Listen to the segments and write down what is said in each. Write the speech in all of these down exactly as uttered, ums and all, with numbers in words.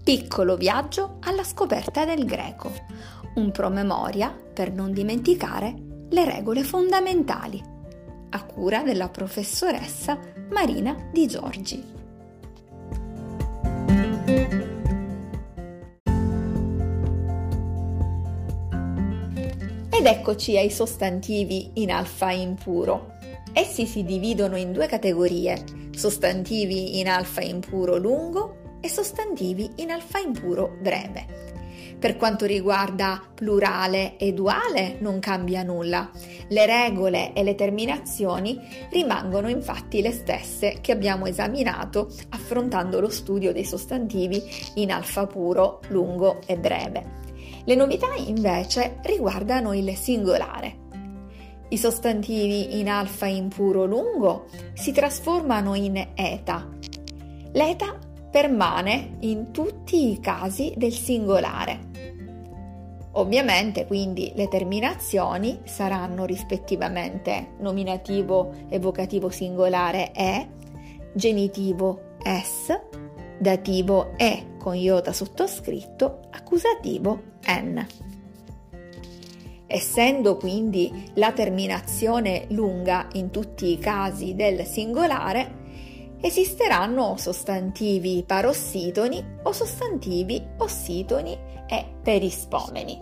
Piccolo viaggio alla scoperta del greco, un promemoria per non dimenticare le regole fondamentali, a cura della professoressa Marina Di Giorgi. Ed eccoci ai sostantivi in alfa impuro. Essi si dividono in due categorie: sostantivi in alfa impuro lungo e sostantivi in alfa impuro breve. Per quanto riguarda plurale e duale non cambia nulla. Le regole e le terminazioni rimangono infatti le stesse che abbiamo esaminato affrontando lo studio dei sostantivi in alfa puro, lungo e breve. Le novità invece riguardano il singolare. I sostantivi in alfa impuro lungo si trasformano in eta. L'eta permane in tutti i casi del singolare. Ovviamente quindi le terminazioni saranno rispettivamente nominativo evocativo singolare e, genitivo es, dativo e con iota sottoscritto, accusativo n. Essendo quindi la terminazione lunga in tutti i casi del singolare, esisteranno sostantivi parossitoni o sostantivi ossitoni e perispomeni.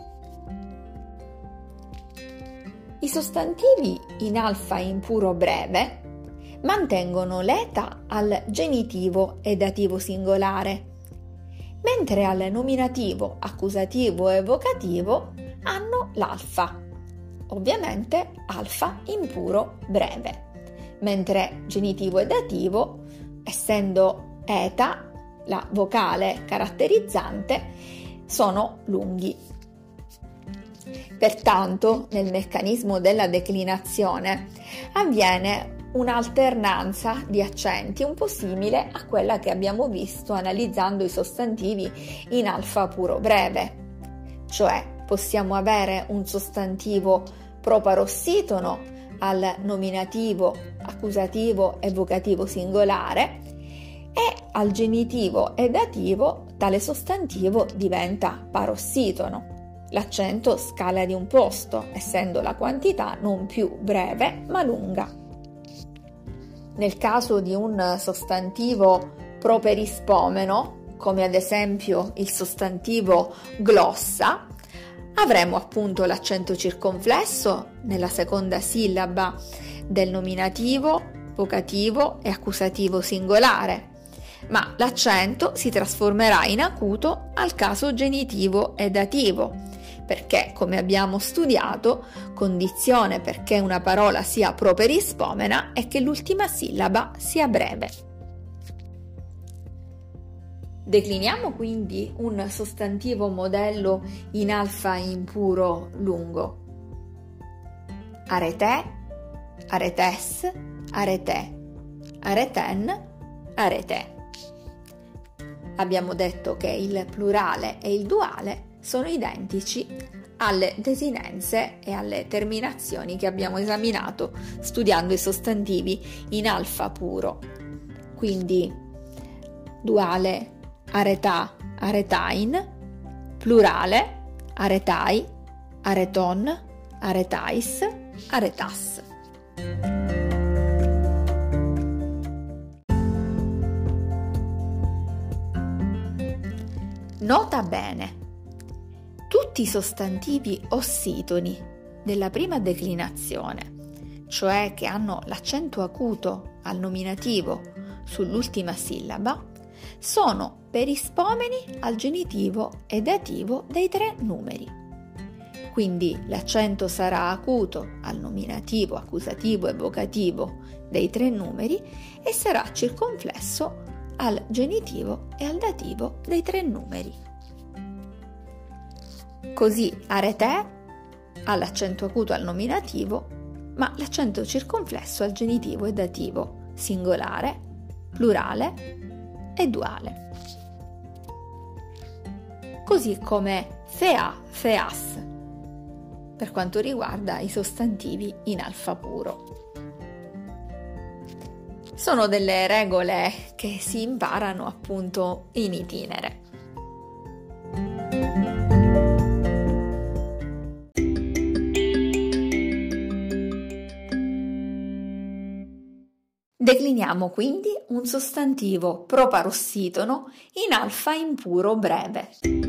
I sostantivi in alfa impuro breve mantengono l'eta al genitivo e dativo singolare, mentre al nominativo, accusativo e vocativo hanno l'alfa, ovviamente alfa impuro breve, mentre genitivo e dativo, essendo eta, la vocale caratterizzante, sono lunghi. Pertanto, nel meccanismo della declinazione avviene un'alternanza di accenti un po' simile a quella che abbiamo visto analizzando i sostantivi in alfa puro breve, cioè possiamo avere un sostantivo proparossitono al nominativo, accusativo e vocativo singolare, e al genitivo e dativo tale sostantivo diventa parossitono. L'accento scala di un posto, essendo la quantità non più breve ma lunga. Nel caso di un sostantivo properispomeno, come ad esempio il sostantivo glossa, avremo appunto l'accento circonflesso nella seconda sillaba del nominativo, vocativo e accusativo singolare, ma l'accento si trasformerà in acuto al caso genitivo e dativo, perché, come abbiamo studiato, condizione perché una parola sia properispomena è che l'ultima sillaba sia breve. Decliniamo quindi un sostantivo modello in alfa impuro lungo. Arete, aretes, arete, areten, arete. Abbiamo detto che il plurale e il duale sono identici alle desinenze e alle terminazioni che abbiamo esaminato studiando i sostantivi in alfa puro. Quindi duale areta, aretain, plurale aretai, areton, aretais, aretas. Nota bene: tutti i sostantivi ossitoni della prima declinazione, cioè che hanno l'accento acuto al nominativo sull'ultima sillaba, sono perispomeni al genitivo e dativo dei tre numeri. Quindi l'accento sarà acuto al nominativo, accusativo e vocativo dei tre numeri e sarà circonflesso al genitivo e al dativo dei tre numeri. Così arete ha l'accento acuto al nominativo, ma l'accento circonflesso al genitivo e dativo singolare, plurale e duale. Così come fea, feas, per quanto riguarda i sostantivi in alfa puro. Sono delle regole che si imparano appunto in itinere. Decliniamo quindi un sostantivo proparossitono in alfa impuro breve.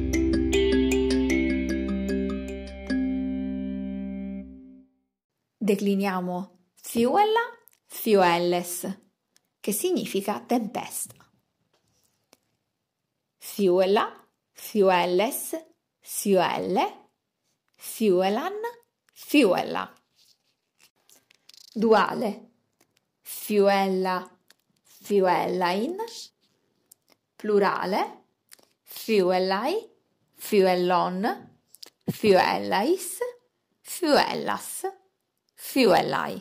Decliniamo fiuella, fiuelles, che significa tempesta. Fiuella, fiuelles, fiuelle, fiuelan, fiuella. Duale. Fiuella, fiuellain, plurale, fiuellai, fiuellon, fiuellais, fiuellas, fiuellai.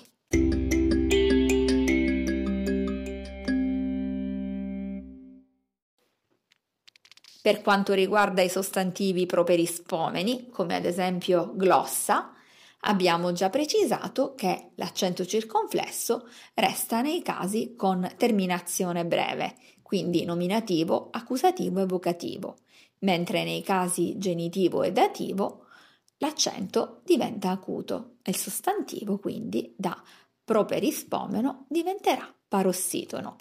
Per quanto riguarda i sostantivi properispomeni, come ad esempio glossa, abbiamo già precisato che l'accento circonflesso resta nei casi con terminazione breve, quindi nominativo, accusativo e vocativo, mentre nei casi genitivo e dativo l'accento diventa acuto e il sostantivo quindi da properispomeno diventerà parossitono.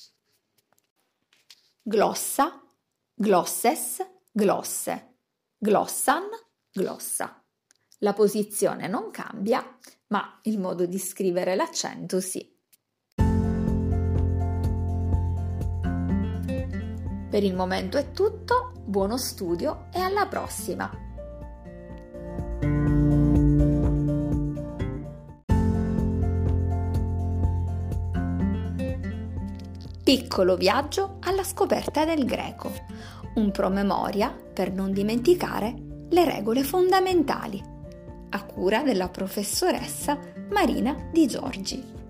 Glossa, glosses, glosse, glossan, glossa. La posizione non cambia, ma il modo di scrivere l'accento sì. Per il momento è tutto, buono studio e alla prossima! Piccolo viaggio alla scoperta del greco, un promemoria per non dimenticare le regole fondamentali, a cura della professoressa Marina Di Giorgi.